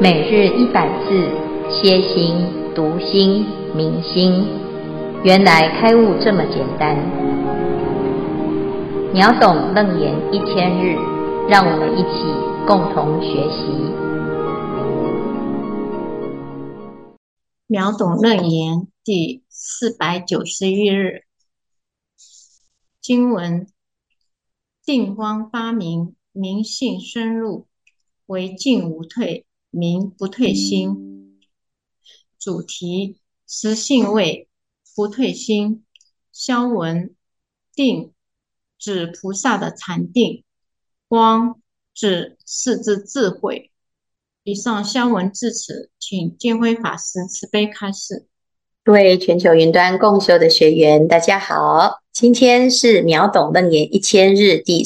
每日100字，歇心、读心、明心，原来开悟这么简单。秒懂楞严1000日，让我们一起共同学习。 秒懂楞严第491日，经文：定光发明，明性深入，为进无退，明不退心。主题：实性位，不退心。消文：定指菩萨的禅定，光指四之智慧。以上消文至此，请见辉法师慈悲开示。 各位全球云端共修的学员，大家好，今天是秒懂楞严1000日第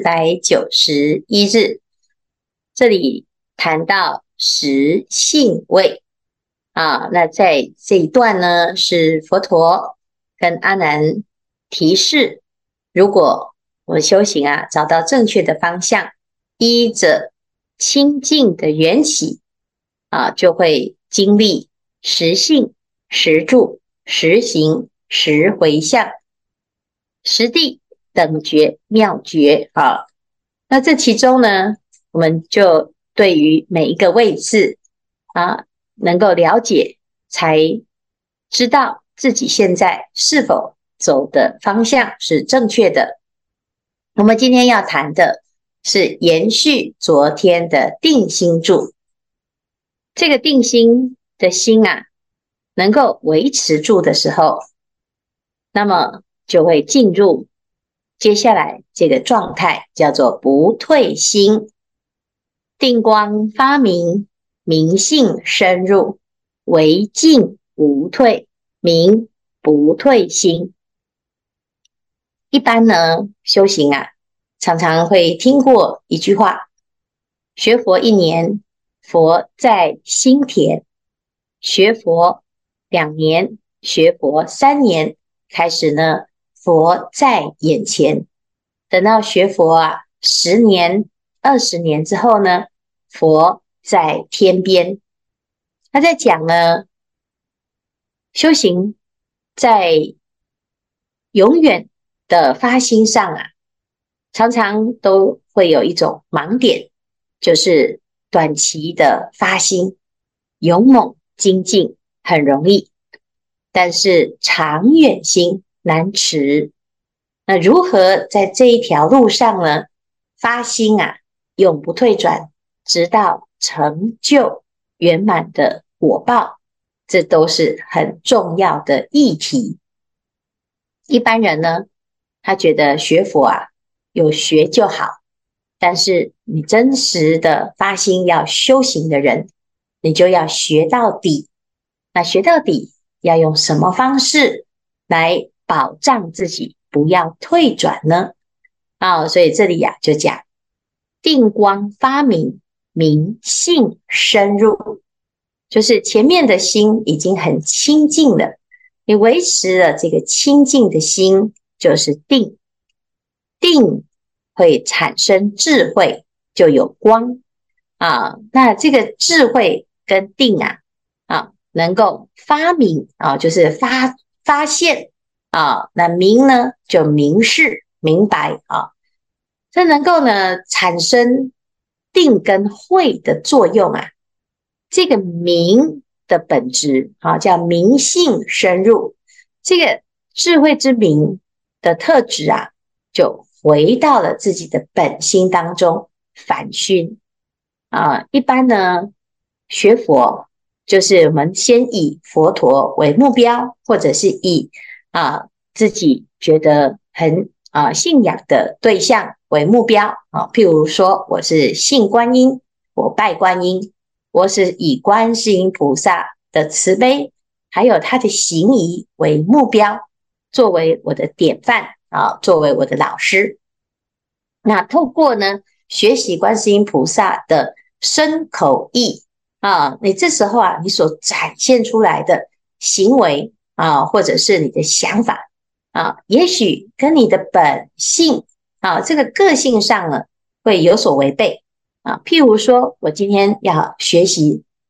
491日，这里谈到实性位那在这一段呢，是佛陀跟阿难提示，如果我修行找到正确的方向，依着清净的缘起就会经历实性、实住、实行、实回向、实地等觉、妙觉那这其中呢，我们就对于每一个位置能够了解，才知道自己现在是否走的方向是正确的。我们今天要谈的是延续昨天的定心住。这个定心的心能够维持住的时候，那么就会进入接下来这个状态，叫做不退心。定光发明，明性深入，为进无退，明不退心。一般呢，修行常常会听过一句话：学佛1年，佛在心田；学佛2年，学佛3年，开始呢，佛在眼前。等到学佛10年、20年之后呢，佛在天边。他在讲呢，修行在永远的发心上常常都会有一种盲点，就是短期的发心，勇猛精进很容易，但是长远心难持。那如何在这一条路上呢，发心永不退转，直到成就圆满的果报，这都是很重要的议题。一般人呢，他觉得学佛有学就好，但是你真实的发心要修行的人，你就要学到底。那学到底要用什么方式来保障自己不要退转呢？所以这里就讲定光发明，明性深入，就是前面的心已经很清净了，你维持了这个清净的心，就是定。定会产生智慧，就有光那这个智慧跟定能够发明就是发现那明呢，就明示明白这能够呢产生定跟慧的作用这个明的本质叫明性深入，这个智慧之明的特质就回到了自己的本心当中反熏一般呢学佛就是我们先以佛陀为目标，或者是以自己觉得很信仰的对象为目标譬如说我是信观音，我拜观音，我是以观世音菩萨的慈悲还有他的行仪为目标，作为我的典范作为我的老师。那透过呢学习观世音菩萨的身口意你这时候你所展现出来的行为或者是你的想法也许跟你的本性这个个性上呢会有所违背譬如说我今天要学习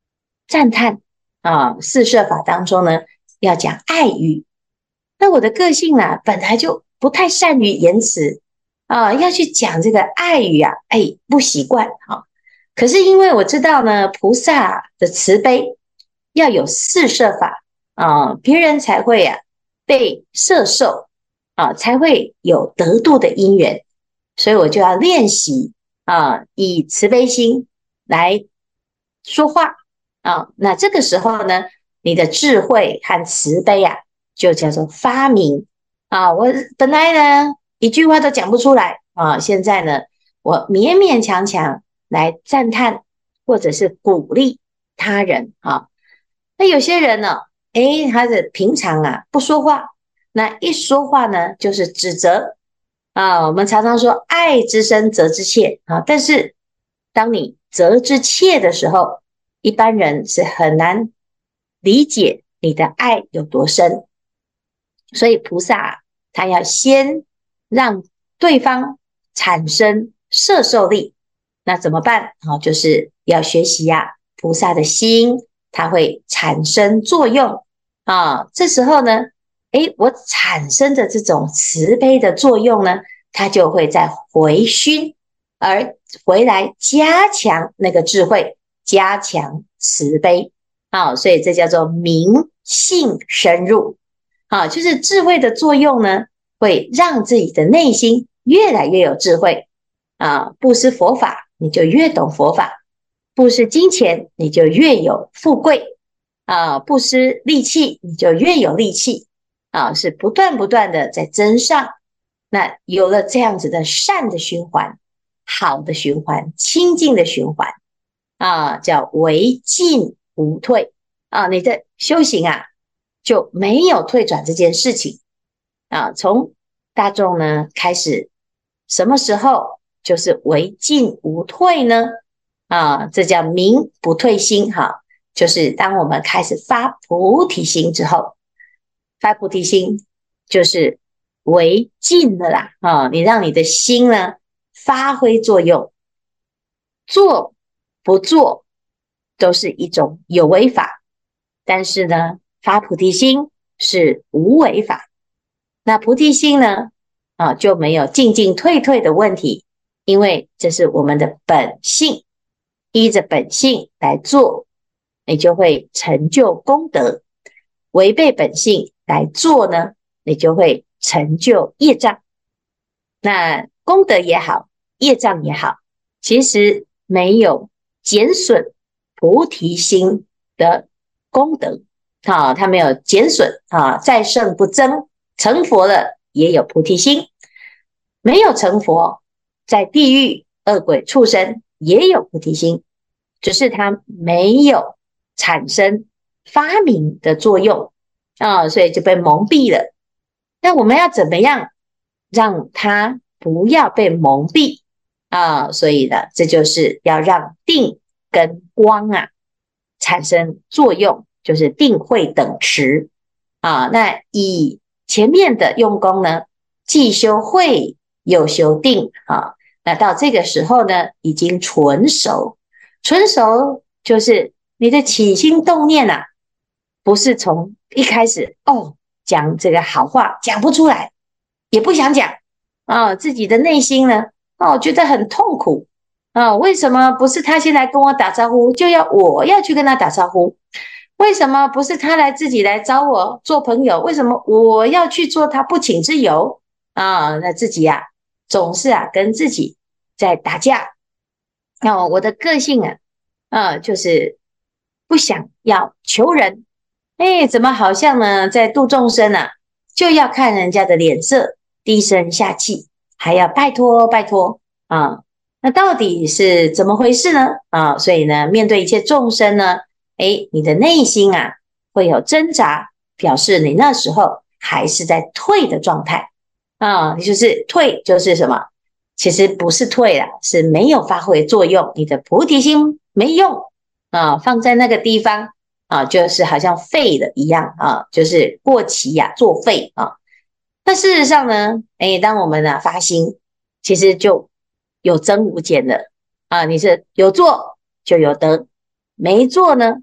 赞叹四摄法当中呢，要讲爱语。那我的个性呢，本来就不太善于言辞要去讲这个爱语不习惯可是因为我知道呢，菩萨的慈悲要有四摄法别人才会被摄受才会有得度的因缘，所以我就要练习以慈悲心来说话那这个时候呢，你的智慧和慈悲就叫做发明我本来呢一句话都讲不出来现在呢我勉勉强强来赞叹或者是鼓励他人那有些人呢他的平常不说话，那一说话呢就是指责我们常常说爱之深责之切但是当你责之切的时候，一般人是很难理解你的爱有多深。所以菩萨他要先让对方产生摄受力，那怎么办就是要学习菩萨的心，它会产生作用这时候呢我产生的这种慈悲的作用呢，它就会再回熏，而回来加强那个智慧，加强慈悲所以这叫做明性深入就是智慧的作用呢，会让自己的内心越来越有智慧布施佛法，你就越懂佛法；布施金钱，你就越有富贵布施力气，你就越有力气是不断的在增上。那有了这样子的善的循环，好的循环，清净的循环叫为进无退你的修行就没有退转这件事情从大众呢开始，什么时候就是为进无退呢这叫明不退心就是当我们开始发菩提心之后，发菩提心就是为进了啦你让你的心呢发挥作用，做不做都是一种有为法，但是呢发菩提心是无为法。那菩提心呢就没有进进退退的问题，因为这是我们的本性，依着本性来做，你就会成就功德；违背本性来做呢，你就会成就业障。那功德也好，业障也好，其实没有减损菩提心的功德它没有减损再胜不增。成佛了也有菩提心，没有成佛，在地狱恶鬼畜生也有菩提心，只是它没有产生发明的作用所以就被蒙蔽了。那我们要怎么样让它不要被蒙蔽所以呢，这就是要让定跟光产生作用，就是定慧等持那以前面的用功呢，既修慧又修定那到这个时候呢，已经纯熟。纯熟就是你的起心动念不是从一开始讲这个好话讲不出来，也不想讲自己的内心呢觉得很痛苦为什么不是他先来跟我打招呼，就要我要去跟他打招呼？为什么不是他来自己来找我做朋友？为什么我要去做他不请之友那自己总是跟自己在打架我的个性就是不想要求人怎么好像呢在度众生就要看人家的脸色，低声下气，还要拜托拜托那到底是怎么回事呢所以呢，面对一切众生呢你的内心会有挣扎，表示你那时候还是在退的状态你就是退就是什么？其实不是退了，是没有发挥作用，你的菩提心没用放在那个地方就是好像废了一样就是过期作废那事实上呢当我们发心，其实就有增无减了你是有做就有得，没做呢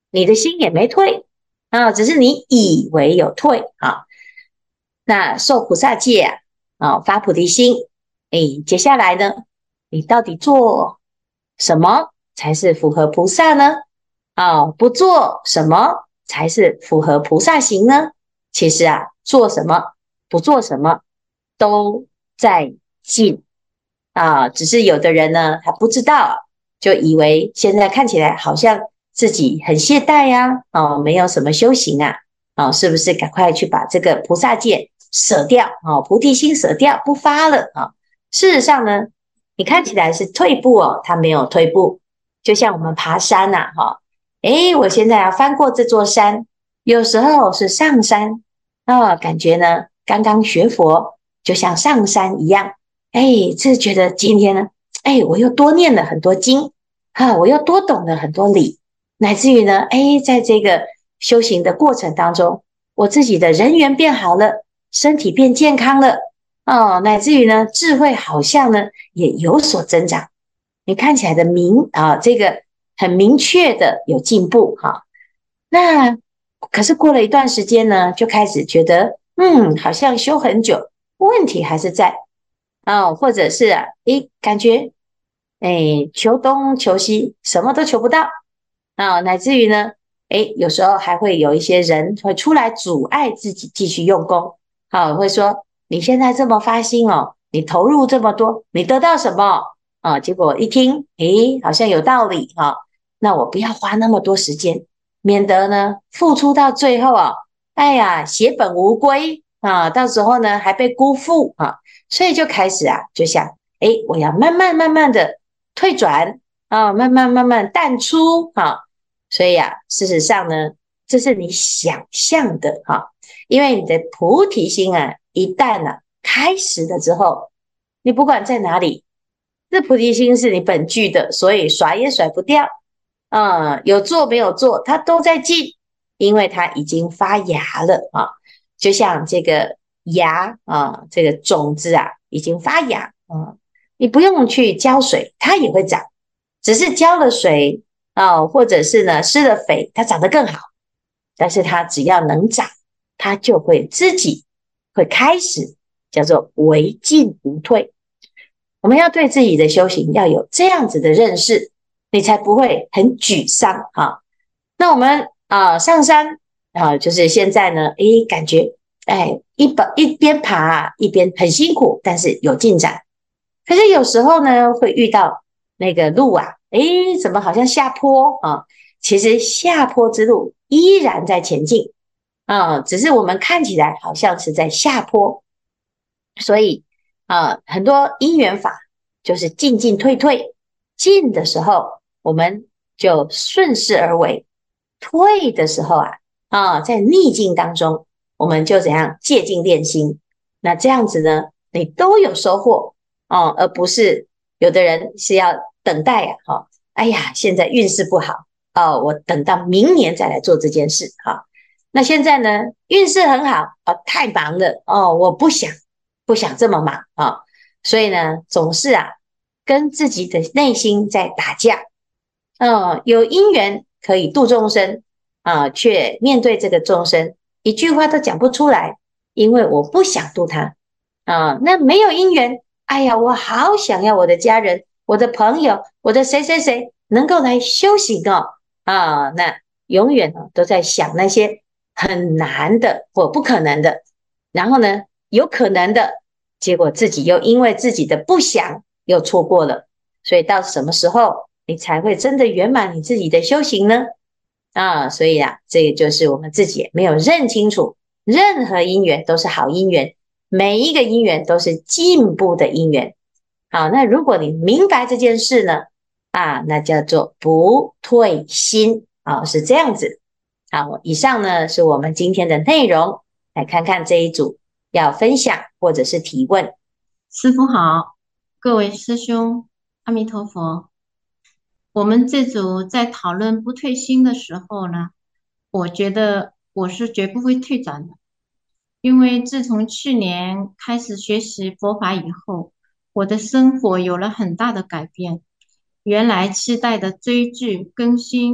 你的心也没退啊，只是你以为有退啊。那受菩萨戒发菩提心，接下来呢，你到底做什么才是符合菩萨呢？不做什么才是符合菩萨行呢？其实做什么不做什么都在进只是有的人呢，他不知道，就以为现在看起来好像自己很懈怠没有什么修行是不是赶快去把这个菩萨戒舍掉菩提心舍掉，不发了事实上呢，你看起来是退步它没有退步，就像我们爬山我现在要翻过这座山，有时候是上山感觉呢刚刚学佛，就像上山一样，这觉得今天呢，我又多念了很多经我又多懂了很多理，乃至于呢，在这个修行的过程当中，我自己的人缘变好了，身体变健康了乃至于呢，智慧好像呢也有所增长。你看起来的这个很明确的有进步那可是过了一段时间呢，就开始觉得好像修很久，问题还是在或者是感觉求东求西，什么都求不到乃至于呢，有时候还会有一些人会出来阻碍自己继续用功会说你现在这么发心你投入这么多，你得到什么结果一听好像有道理那我不要花那么多时间，免得呢付出到最后血本无归到时候呢还被辜负所以就开始就想我要慢慢慢慢的退转慢慢慢慢淡出所以事实上呢，这是你想象的因为你的菩提心一旦开始了之后，你不管在哪里，这菩提心是你本具的，所以甩也甩不掉有做没有做，它都在进，因为它已经发芽了就像这个芽这个种子已经发芽你不用去浇水，它也会长，只是浇了水或者是呢施了肥，它长得更好。但是它只要能长，它就会自己会开始，叫做为进无退。我们要对自己的修行要有这样子的认识，你才不会很沮丧那我们上山就是现在呢，感觉一边爬一边很辛苦，但是有进展。可是有时候呢，会遇到那个路怎么好像下坡其实下坡之路依然在前进只是我们看起来好像是在下坡。所以很多因缘法就是进进退退，进的时候我们就顺势而为，退的时候在逆境当中我们就怎样借境练心，那这样子呢你都有收获而不是有的人是要等待哎呀现在运势不好我等到明年再来做这件事那现在呢运势很好太忙了我不想这么忙所以呢总是跟自己的内心在打架有因缘可以度众生却面对这个众生一句话都讲不出来，因为我不想度他那没有因缘，哎呀我好想要我的家人，我的朋友，我的谁谁谁能够来修行那永远都在想那些很难的或不可能的，然后呢有可能的结果自己又因为自己的不想又错过了，所以到什么时候你才会真的圆满你自己的修行呢所以这个就是我们自己没有认清楚，任何因缘都是好因缘，每一个因缘都是进步的因缘那如果你明白这件事呢那叫做不退心是这样子好，以上呢是我们今天的内容，来看看这一组要分享或者是提问。 师父好，各位师兄，阿弥陀佛。我们这组在讨论不退心的时候呢，我觉得我是绝不会退转的，因为自从去年开始学习佛法以后，我的生活有了很大的改变。原来期待的追剧更新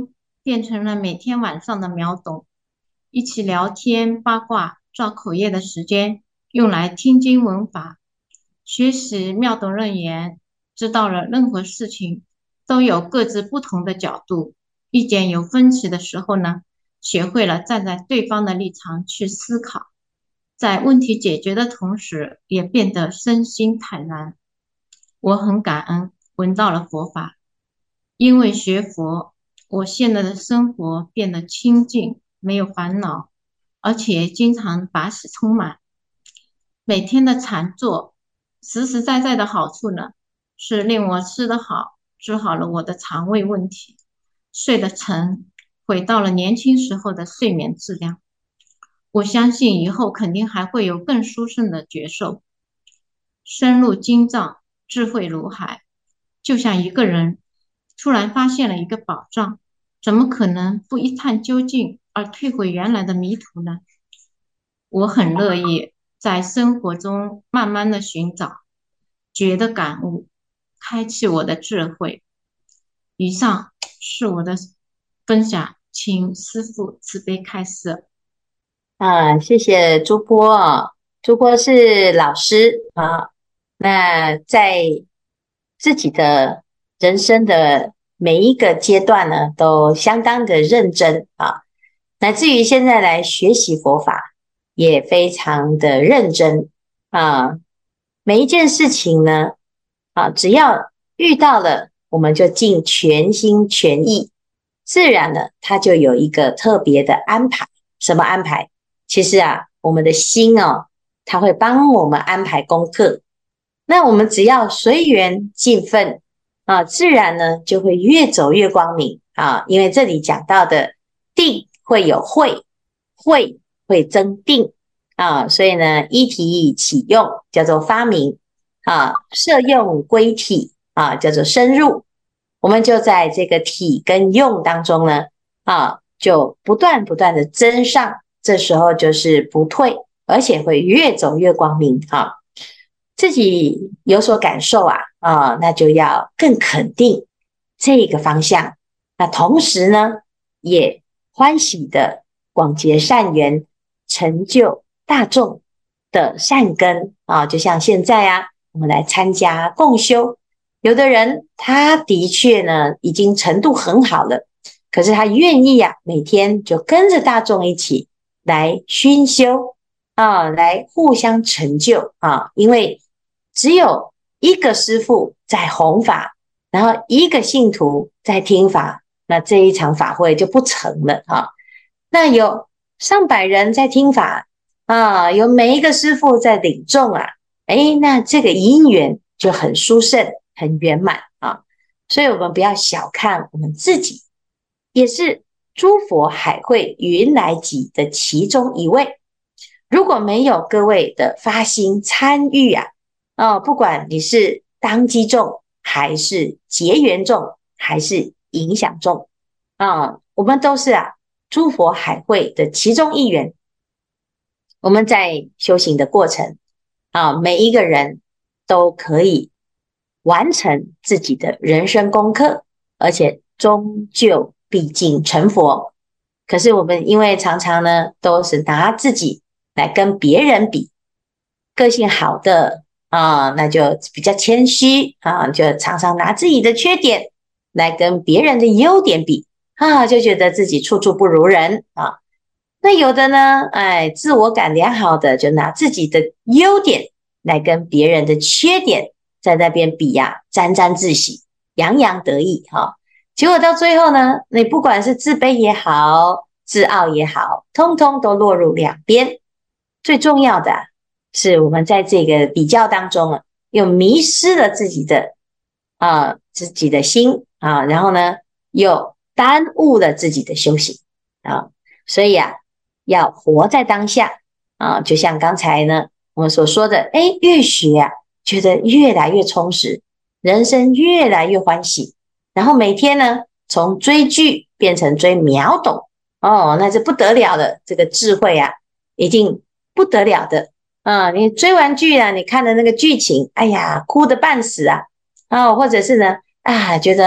变成了每天晚上的秒懂，一起聊天八卦，造口业的时间用来听经闻法，学习妙懂楞严，知道了任何事情都有各自不同的角度，意见有分歧的时候呢，学会了站在对方的立场去思考，在问题解决的同时，也变得身心坦然。我很感恩闻到了佛法，因为学佛，我现在的生活变得清净，没有烦恼，而且经常法喜充满。每天的禅坐，实实在在的好处呢，是令我吃得好，治好了我的肠胃问题，睡得沉，回到了年轻时候的睡眠质量。我相信以后肯定还会有更殊胜的觉受。深入经藏，智慧如海，就像一个人突然发现了一个宝藏，怎么可能不一探究竟而退回原来的迷途呢？我很乐意在生活中慢慢的寻找，觉的感悟，开启我的智慧。以上是我的分享，请师父慈悲开示。 谢谢朱波啊，朱波是老师啊，那在自己的人生的每一个阶段呢，都相当的认真啊，乃至于现在来学习佛法，也非常的认真啊。每一件事情呢，只要遇到了，我们就尽全心全意，自然呢，它就有一个特别的安排。什么安排？其实我们的心它会帮我们安排功课。那我们只要随缘尽分自然呢就会越走越光明因为这里讲到的定会有慧，慧会增定所以呢依体起用叫做发明摄用归体叫做深入。我们就在这个体跟用当中呢就不断的增上，这时候就是不退，而且会越走越光明自己有所感受那就要更肯定这个方向。那同时呢，也欢喜的广结善缘，成就大众的善根就像现在我们来参加共修，有的人他的确呢已经程度很好了，可是他愿意每天就跟着大众一起来熏修来互相成就因为只有一个师父在弘法，然后一个信徒在听法，那这一场法会就不成了那有上百人在听法有每一个师父在领众那这个因缘就很殊胜，很圆满所以我们不要小看我们自己，也是诸佛海会云来集的其中一位。如果没有各位的发心参与不管你是当机众，还是结缘众，还是影响众我们都是诸佛海会的其中一员。我们在修行的过程每一个人都可以完成自己的人生功课，而且终究毕竟成佛。可是我们因为常常呢都是拿自己来跟别人比，个性好的那就比较谦虚就常常拿自己的缺点来跟别人的优点比就觉得自己处处不如人那有的呢自我感良好的就拿自己的优点来跟别人的缺点在那边比沾沾自喜，洋洋得意结果到最后呢，你不管是自卑也好，自傲也好，通通都落入两边。最重要的是我们在这个比较当中又迷失了自己的心然后呢又耽误了自己的修行所以要活在当下就像刚才呢我们所说的越学觉得越来越充实，人生越来越欢喜，然后每天呢从追剧变成追秒懂那是不得了的，这个智慧一定不得了的你追完剧你看的那个剧情，哎呀哭得半死或者是呢觉得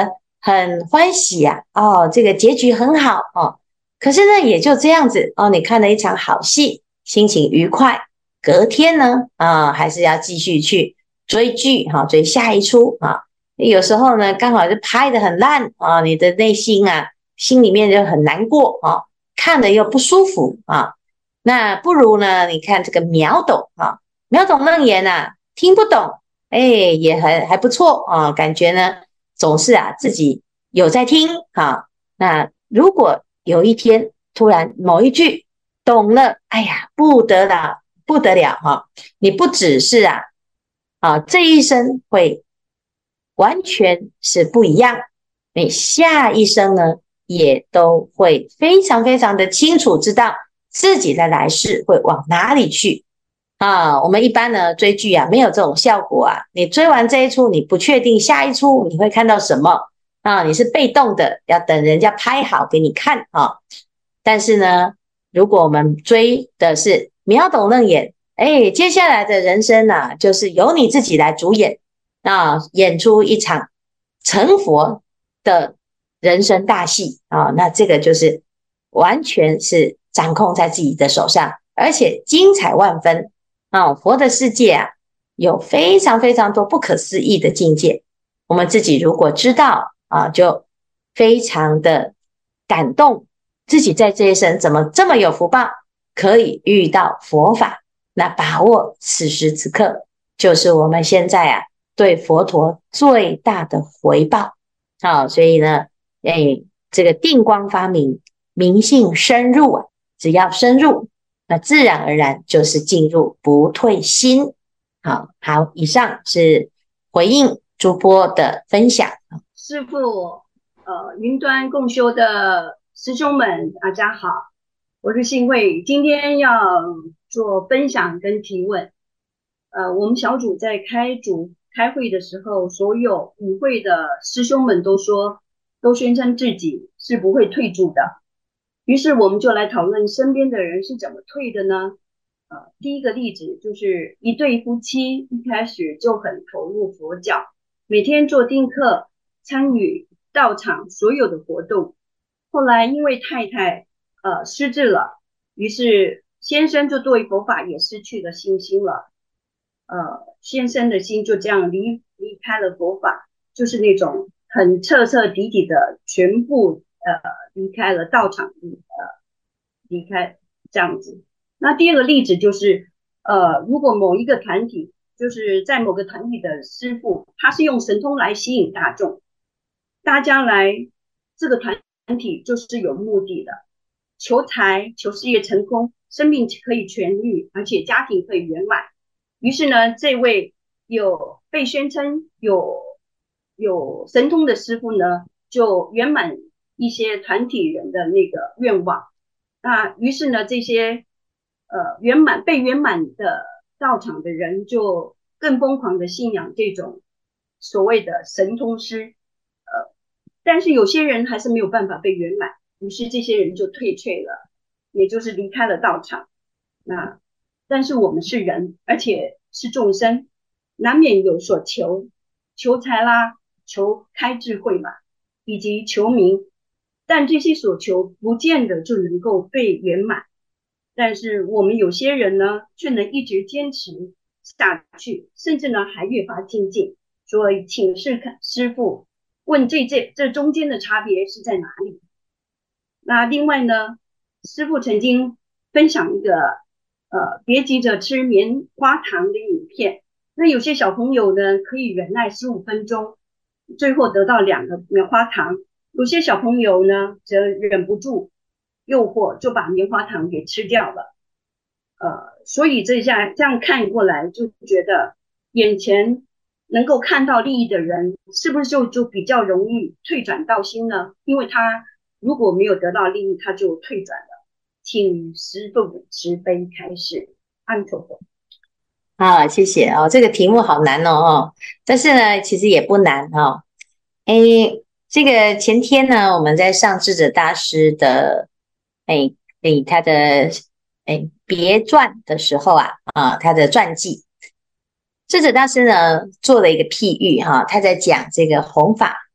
很欢喜呀，这个结局很好哦。可是呢，也就这样子哦，你看了一场好戏，心情愉快，隔天呢，还是要继续去追剧哈，追下一出啊。有时候呢，刚好就拍得很烂啊，你的内心啊，心里面就很难过啊，看了又不舒服啊。那不如呢，你看这个秒懂啊，秒懂楞严啊，听不懂，也还不错啊，感觉呢总是自己有在听啊。那如果有一天突然某一句懂了，哎呀，不得了，不得了哈！你不只是这一生会完全是不一样，你下一生呢也都会非常非常的清楚知道自己的来世会往哪里去我们一般呢追剧没有这种效果你追完这一出，你不确定下一出你会看到什么你是被动的，要等人家拍好给你看但是呢，如果我们追的是秒懂楞严，接下来的人生就是由你自己来主演演出一场成佛的人生大戏那这个就是完全是掌控在自己的手上，而且精彩万分佛的世界有非常非常多不可思议的境界，我们自己如果知道就非常的感动，自己在这一生怎么这么有福报，可以遇到佛法，那把握此时此刻，就是我们现在对佛陀最大的回报所以呢，这个定光发明，明性深入只要深入，那自然而然就是进入不退心。好，以上是回应诸波的分享。 师父，云端共修的师兄们，大家好，我是信慧，今天要做分享跟提问。我们小组在开会的时候，所有与会的师兄们都宣称自己是不会退住的。于是我们就来讨论身边的人是怎么退的呢？第一个例子就是一对夫妻一开始就很投入佛教，每天做定课，参与道场所有的活动。后来因为太太失智了，于是先生就对佛法也失去了信心了。先生的心就这样离开了佛法，就是那种很彻彻底底的全部离开了道场，离开这样子。那第二个例子就是如果某一个团体，就是在某个团体的师父，他是用神通来吸引大众，大家来这个团体就是有目的的，求财、求事业成功，生命可以痊愈，而且家庭可以圆满。于是呢，这位有被宣称有神通的师父呢，就圆满一些团体人的那个愿望。那于是呢，这些被圆满的道场的人就更疯狂的信仰这种所谓的神通师。但是有些人还是没有办法被圆满，于是这些人就退却了，也就是离开了道场。但是我们是人，而且是众生，难免有所求财啦，求开智慧嘛，以及求名，但这些所求不见得就能够被圆满。但是我们有些人呢，却能一直坚持下去，甚至呢还越发精进。所以请示师父，问这中间的差别是在哪里？那另外呢，师父曾经分享一个别急着吃棉花糖的影片。那有些小朋友呢，可以忍耐15分钟，最后得到2个棉花糖；有些小朋友呢，则忍不住诱惑，就把棉花糖给吃掉了。所以这样看过来，就觉得眼前能够看到利益的人，是不是就比较容易退转道心呢？因为他如果没有得到利益，他就退转了。请师父慈悲开示，阿弥陀佛。 好，谢谢这个题目好难但是呢，其实也不难这个前天呢，我们在上智者大师的他的别传的时候他的传记，智者大师呢做了一个譬喻他在讲这个弘法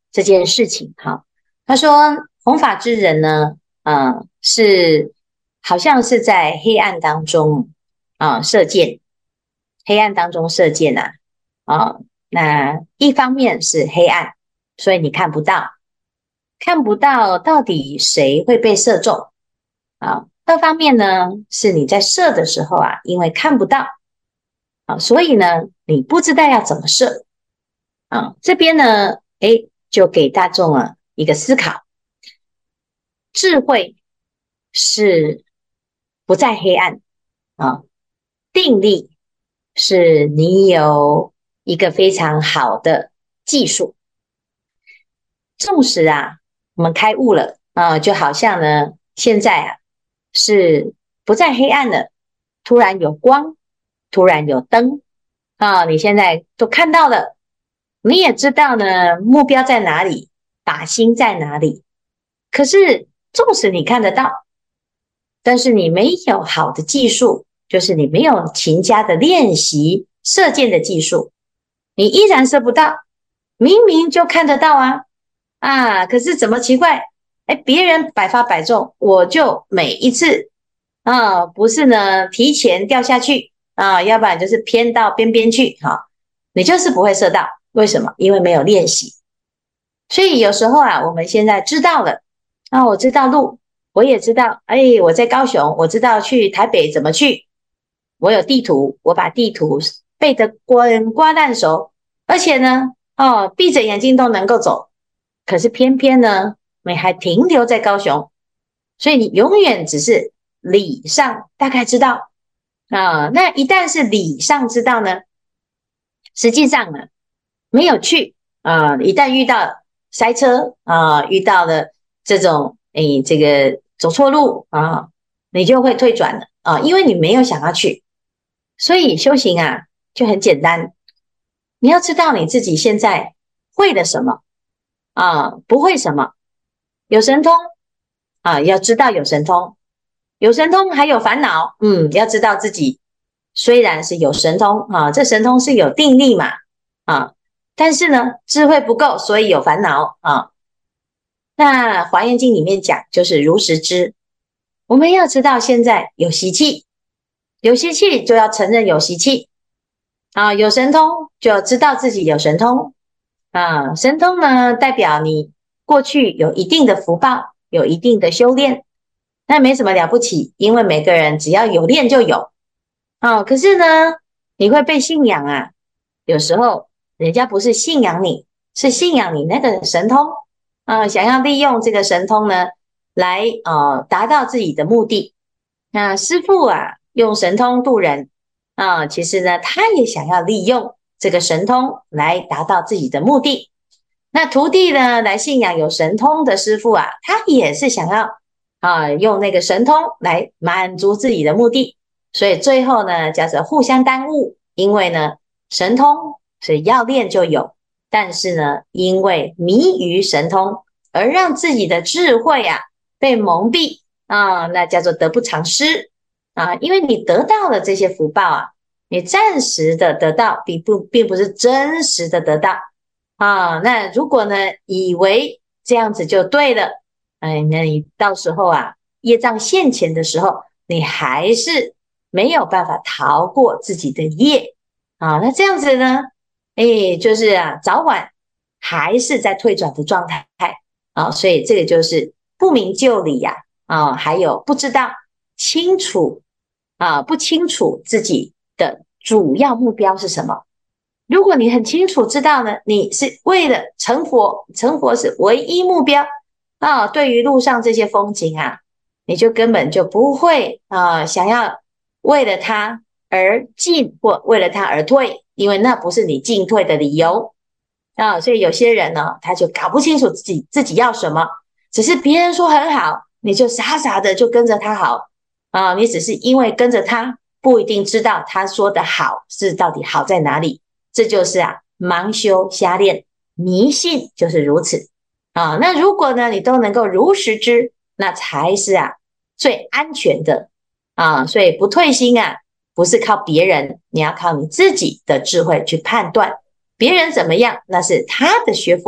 这件事情哈。他说弘法之人呢，是好像是在黑暗当中射箭，黑暗当中射箭那一方面是黑暗，所以你看不到到底谁会被射中二方面呢，是你在射的时候因为看不到所以呢你不知道要怎么射这边呢就给大众一个思考，智慧是不在黑暗定力是你有一个非常好的技术。纵使我们开悟了就好像呢现在是不在黑暗了，突然有光，突然有灯你现在都看到了，你也知道呢目标在哪里，靶心在哪里。可是纵使你看得到，但是你没有好的技术，就是你没有勤加的练习射箭的技术，你依然射不到。明明就看得到可是怎么奇怪别人百发百中，我就每一次不是呢提前掉下去要不然就是偏到边边去你就是不会射到。为什么？因为没有练习。所以有时候我们现在知道了我知道路，我也知道我在高雄，我知道去台北怎么去，我有地图，我把地图背得滚瓜烂熟，而且呢闭着眼睛都能够走。可是偏偏呢你还停留在高雄，所以你永远只是理上大概知道那一旦是理上知道呢，实际上呢没有去一旦遇到塞车遇到了这种这个走错路你就会退转了因为你没有想要去。所以修行就很简单，你要知道你自己现在会了什么不会什么。有神通要知道有神通，有神通还有烦恼要知道自己虽然是有神通这神通是有定力嘛但是呢智慧不够，所以有烦恼那华严经里面讲就是如实知，我们要知道现在有习气，有习气就要承认有习气有神通就要知道自己有神通神通呢代表你过去有一定的福报，有一定的修炼，那没什么了不起，因为每个人只要有练就有可是呢你会被信仰有时候人家不是信仰你，是信仰你那个神通想要利用这个神通呢来达到自己的目的。那师父用神通度人其实呢他也想要利用这个神通来达到自己的目的。那徒弟呢来信仰有神通的师父他也是想要用那个神通来满足自己的目的。所以最后呢叫做互相耽误，因为呢神通是要练就有，但是呢因为迷于神通而让自己的智慧被蒙蔽那叫做得不偿失因为你得到了这些福报你暂时的得到并不是真实的得到那如果呢以为这样子就对了那你到时候业障现前的时候，你还是没有办法逃过自己的业那这样子呢就是早晚还是在退转的状态所以这个就是不明就里还有不知道清楚不清楚自己的主要目标是什么。如果你很清楚知道呢，你是为了成佛，成佛是唯一目标对于路上这些风景你就根本就不会想要为了它而进或为了它而退，因为那不是你进退的理由所以有些人呢他就搞不清楚自己要什么，只是别人说很好你就傻傻的就跟着他好你只是因为跟着他不一定知道他说的好是到底好在哪里。这就是盲修瞎练，迷信就是如此那如果呢你都能够如实知，那才是最安全的所以不退心不是靠别人，你要靠你自己的智慧去判断别人怎么样，那是他的学佛，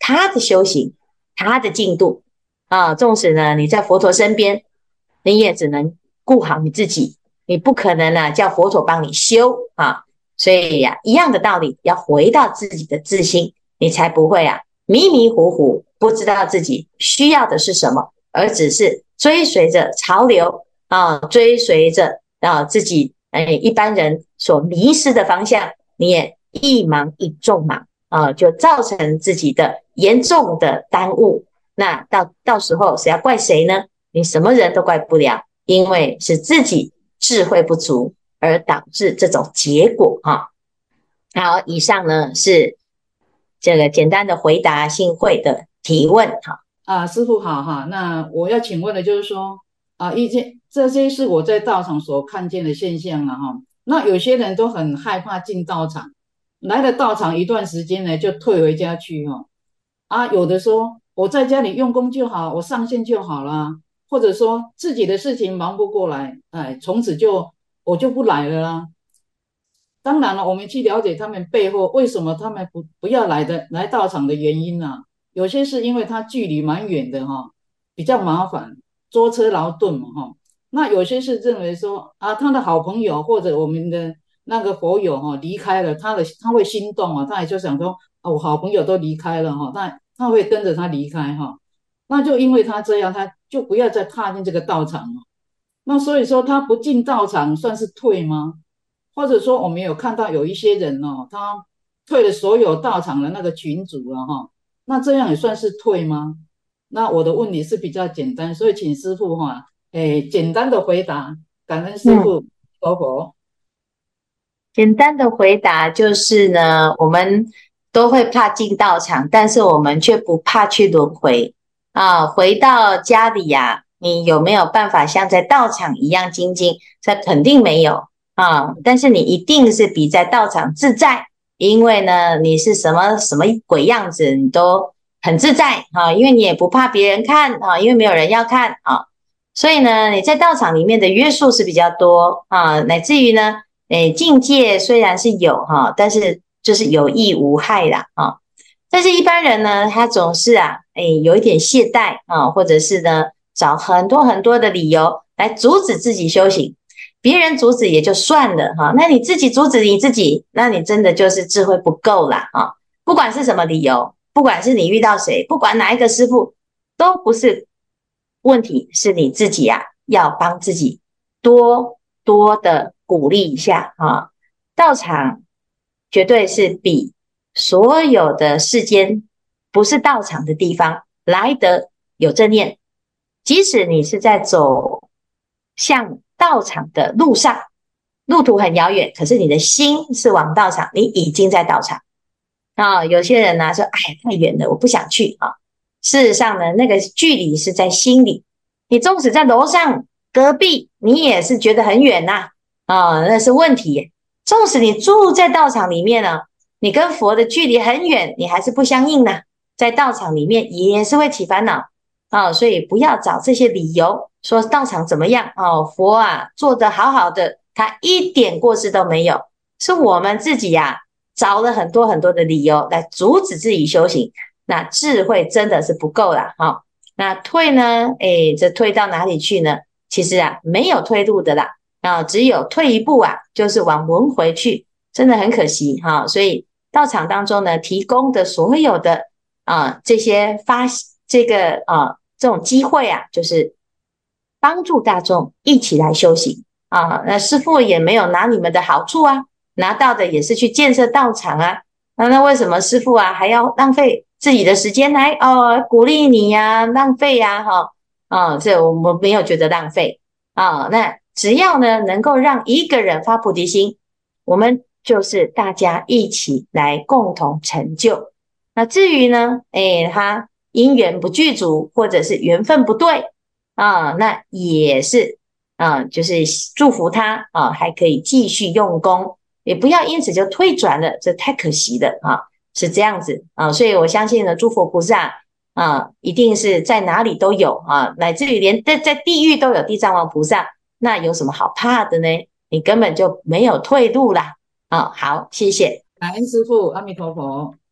他的修行，他的进度啊。纵使呢你在佛陀身边，你也只能顾好你自己，你不可能啊叫佛陀帮你修啊。所以呀，一样的道理，要回到自己的自心，你才不会啊迷迷糊糊，不知道自己需要的是什么，而只是追随着潮流啊，追随着自己一般人所迷失的方向，你也一忙一众忙啊，就造成自己的严重的耽误。那到时候谁要怪谁呢？你什么人都怪不了，因为是自己智慧不足而导致这种结果哈。好，以上呢是这个简单的回答信慧的提问哈。 师父好哈。那我要请问的就是说这些是我在道场所看见的现象了哈。那有些人都很害怕进道场，来了道场一段时间呢就退回家去哈。有的说我在家里用功就好，我上线就好了，或者说自己的事情忙不过来，从此我就不来了啦。当然了，我们去了解他们背后为什么他们不要来道场的原因啊。有些是因为他距离蛮远的哈，比较麻烦，舟车劳顿嘛哈。那有些是认为说他的好朋友或者我们的那个佛友离开了，他会心动他也就想说我好朋友都离开了他会跟着他离开那就因为他这样，他就不要再踏进这个道场了。那所以说他不进道场算是退吗？或者说我们有看到有一些人他退了所有道场的那个群组了那这样也算是退吗？那我的问题是比较简单，所以请师父简单的回答，感恩师父。佛佛。 简单的回答就是呢，我们都会怕进道场，但是我们却不怕去轮回回到家里你有没有办法像在道场一样精进？这肯定没有但是你一定是比在道场自在，因为呢你是什么鬼样子你都很自在因为你也不怕别人看因为没有人要看所以呢你在道场里面的约束是比较多乃至于呢境界虽然是有但是就是有益无害啦但是一般人呢他总是有一点懈怠或者是呢找很多很多的理由来阻止自己修行。别人阻止也就算了那你自己阻止你自己，那你真的就是智慧不够啦不管是什么理由，不管是你遇到谁，不管哪一个师父，都不是问题，是你自己要帮自己多多的鼓励一下道场绝对是比所有的世间不是道场的地方来得有正念。即使你是在走向道场的路上，路途很遥远，可是你的心是往道场，你已经在道场有些人呢说太远了我不想去事实上呢那个距离是在心里，你纵使在楼上隔壁你也是觉得很远那是问题。纵使你住在道场里面呢，你跟佛的距离很远，你还是不相应在道场里面也是会起烦恼所以不要找这些理由说道场怎么样佛做得好好的，他一点过失都没有，是我们自己找了很多很多的理由来阻止自己修行，那智慧真的是不够啦那退呢这退到哪里去呢？其实没有退路的啦只有退一步就是往轮回去，真的很可惜所以道场当中呢提供的所有的这些这种机会就是帮助大众一起来修行那师父也没有拿你们的好处拿到的也是去建设道场那为什么师父还要浪费自己的时间来鼓励你浪费这我们没有觉得浪费那只要呢能够让一个人发菩提心，我们就是大家一起来共同成就。那至于呢他因缘不具足，或者是缘分不对那也是就是祝福他还可以继续用功，也不要因此就退转了，这太可惜了是这样子所以我相信呢诸佛菩萨一定是在哪里都有乃至于连在地狱都有地藏王菩萨，那有什么好怕的呢？你根本就没有退路啦好，谢谢。 感恩师父，阿弥陀佛。